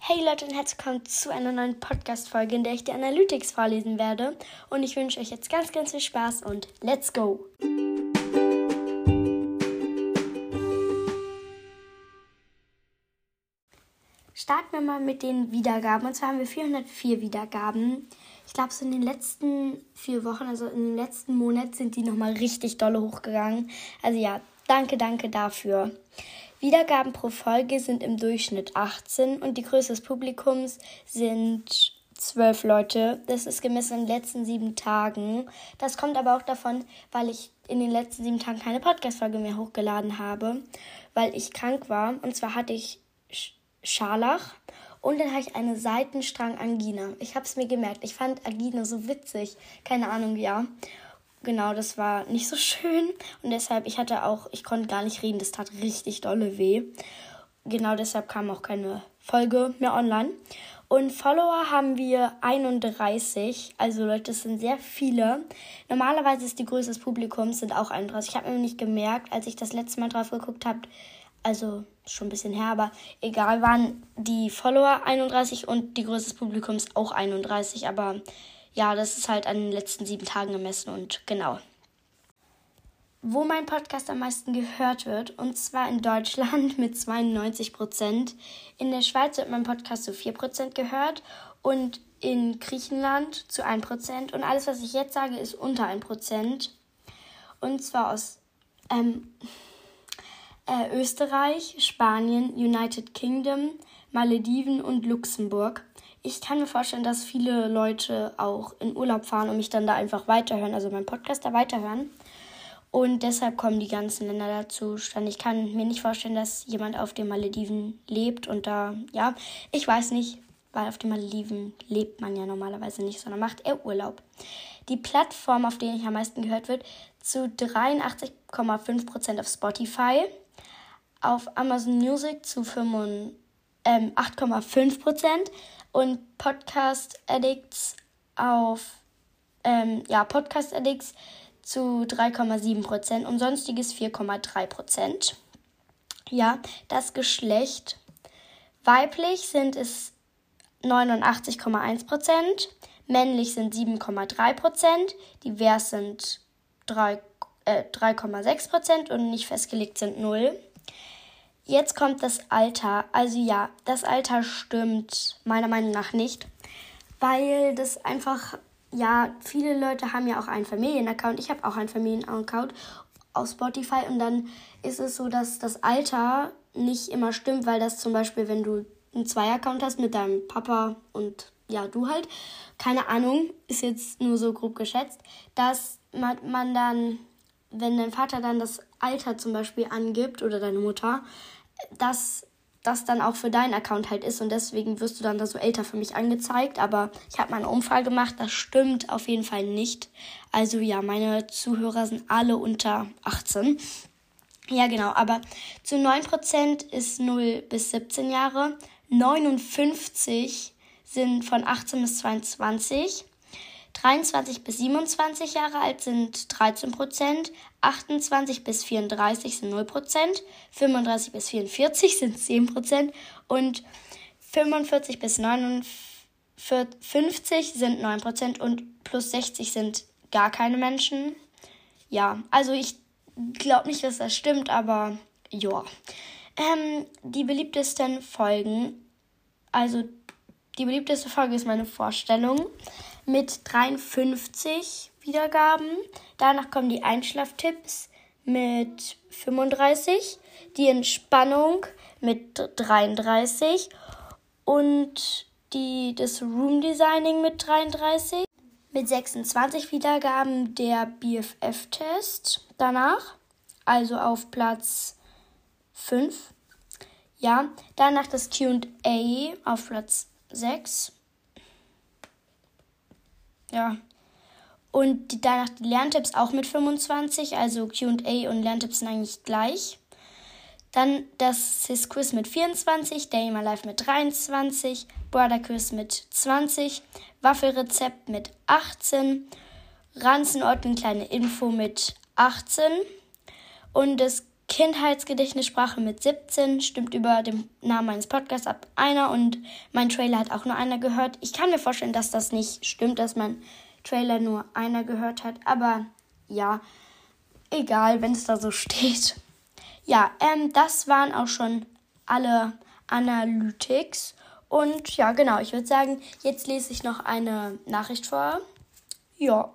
Hey Leute und herzlich willkommen zu einer neuen Podcast-Folge, in der ich die Analytics vorlesen werde. Und ich wünsche euch jetzt ganz, ganz viel Spaß und let's go! Starten wir mal mit den Wiedergaben. Und zwar haben wir 404 Wiedergaben. Ich glaube, so in den letzten 4 Wochen, also in den letzten Monat, sind die nochmal richtig dolle hochgegangen. Also ja, danke dafür. Wiedergaben pro Folge sind im Durchschnitt 18 und die Größe des Publikums sind 12 Leute. Das ist gemessen in den letzten 7 Tagen. Das kommt aber auch davon, weil ich in den letzten 7 Tagen keine Podcast-Folge mehr hochgeladen habe, weil ich krank war. Und zwar hatte ich Scharlach und dann hatte ich eine Seitenstrang-Angina. Ich habe es mir gemerkt. Ich fand Angina so witzig. Keine Ahnung, ja. Genau, das war nicht so schön und deshalb, ich konnte gar nicht reden, das tat richtig dolle weh. Genau deshalb kam auch keine Folge mehr online. Und Follower haben wir 31, also Leute, das sind sehr viele. Normalerweise ist die Größe des Publikums sind auch 31. Ich habe mir nicht gemerkt, als ich das letzte Mal drauf geguckt habe, also schon ein bisschen her, aber egal, waren die Follower 31 und die Größe des Publikums auch 31, aber ja, das ist halt an den letzten 7 Tagen gemessen und genau. Wo mein Podcast am meisten gehört wird, und zwar in Deutschland mit 92%. In der Schweiz wird mein Podcast zu 4% gehört und in Griechenland zu 1%. Und alles, was ich jetzt sage, ist unter 1%. Und zwar aus Österreich, Spanien, United Kingdom, Malediven und Luxemburg. Ich kann mir vorstellen, dass viele Leute auch in Urlaub fahren und mich dann da einfach weiterhören, also meinen Podcast da weiterhören. Und deshalb kommen die ganzen Länder dazu. Ich kann mir nicht vorstellen, dass jemand auf den Malediven lebt und da, ja, ich weiß nicht, weil auf den Malediven lebt man ja normalerweise nicht, sondern macht eher Urlaub. Die Plattform, auf der ich am meisten gehört wird, zu 83,5% auf Spotify, auf Amazon Music zu 8,5% und Podcast Addicts Podcast Addicts zu 3,7% und sonstiges 4,3%. Ja, das Geschlecht. Weiblich sind es 89,1%, männlich sind 7,3%, divers sind 3,6% und nicht festgelegt sind 0%. Jetzt kommt das Alter. Also ja, das Alter stimmt meiner Meinung nach nicht, weil das einfach, ja, viele Leute haben ja auch einen Familienaccount. Ich habe auch einen Familienaccount auf Spotify und dann ist es so, dass das Alter nicht immer stimmt, weil das zum Beispiel, wenn du einen Zweier-Account hast mit deinem Papa und ja, du halt, keine Ahnung, ist jetzt nur so grob geschätzt, dass man dann, wenn dein Vater dann das Alter zum Beispiel angibt oder deine Mutter, dass das dann auch für deinen Account halt ist und deswegen wirst du dann da so älter für mich angezeigt, aber ich habe mal eine Umfrage gemacht, das stimmt auf jeden Fall nicht. Also ja, meine Zuhörer sind alle unter 18. Ja genau, aber zu 9% ist 0 bis 17 Jahre, 59 sind von 18 bis 22, 23 bis 27 Jahre alt sind 13%, 28 bis 34 sind 0%, 35 bis 44 sind 10% und 45 bis 59 sind 9% und plus 60 sind gar keine Menschen. Ja, also ich glaube nicht, dass das stimmt, aber ja. Die beliebtesten Folgen, also die beliebteste Folge ist meine Vorstellung mit 53 Wiedergaben. Danach kommen die Einschlaftipps mit 35, die Entspannung mit 33 und das Room Designing mit 33. Mit 26 Wiedergaben der BFF-Test danach, also auf Platz 5. Ja, danach das Q&A auf Platz 6. Ja, und danach die Lerntipps auch mit 25, also Q&A und Lerntipps sind eigentlich gleich. Dann das Sis-Quiz mit 24, Day in My Life mit 23, Brother-Quiz mit 20, Waffelrezept mit 18, Ranzenort und kleine Info mit 18 und das Kindheitsgedächtnis Sprache mit 17, stimmt über den Namen meines Podcasts ab einer und mein Trailer hat auch nur einer gehört. Ich kann mir vorstellen, dass das nicht stimmt, dass mein Trailer nur einer gehört hat, aber ja, egal, wenn es da so steht. Ja, das waren auch schon alle Analytics und ja, genau, ich würde sagen, jetzt lese ich noch eine Nachricht vor. Ja.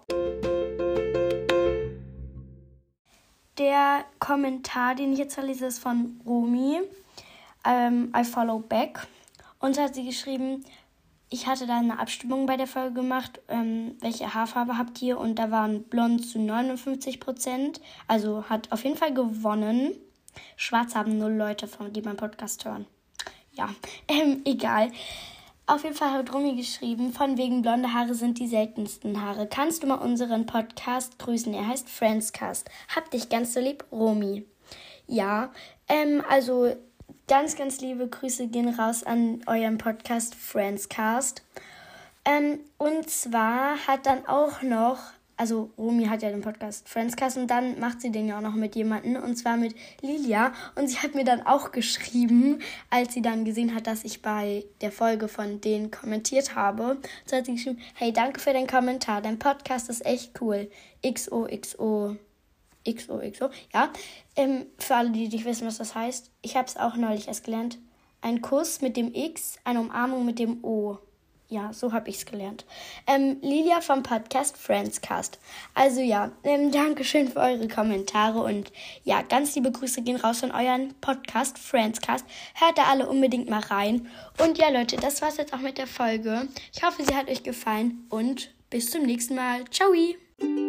Der Kommentar, den ich jetzt lese, ist von Romy. I follow back. Und hat sie geschrieben, ich hatte da eine Abstimmung bei der Folge gemacht, welche Haarfarbe habt ihr? Und da waren blond zu 59%. Also hat auf jeden Fall gewonnen. Schwarz haben 0 Leute, die meinen Podcast hören. Ja, egal. Auf jeden Fall hat Romy geschrieben, von wegen blonde Haare sind die seltensten Haare. Kannst du mal unseren Podcast grüßen? Er heißt Friendscast. Hab dich ganz so lieb, Romy. Ja, also ganz, ganz liebe Grüße gehen raus an euren Podcast Friendscast. Und zwar hat dann auch noch, also Romy hat ja den Podcast Friendscast und dann macht sie den ja auch noch mit jemandem und zwar mit Lilia. Und sie hat mir dann auch geschrieben, als sie dann gesehen hat, dass ich bei der Folge von denen kommentiert habe. So hat sie geschrieben, hey, danke für den Kommentar, dein Podcast ist echt cool. XOXO, ja. Für alle, die nicht wissen, was das heißt, ich habe es auch neulich erst gelernt. Ein Kuss mit dem X, eine Umarmung mit dem O. Ja, so habe ich es gelernt. Lilia vom Podcast Friendscast. Also ja, Dankeschön für eure Kommentare und ja, ganz liebe Grüße gehen raus von euren Podcast Friendscast. Hört da alle unbedingt mal rein. Und ja, Leute, das war's jetzt auch mit der Folge. Ich hoffe, sie hat euch gefallen und bis zum nächsten Mal. Ciao!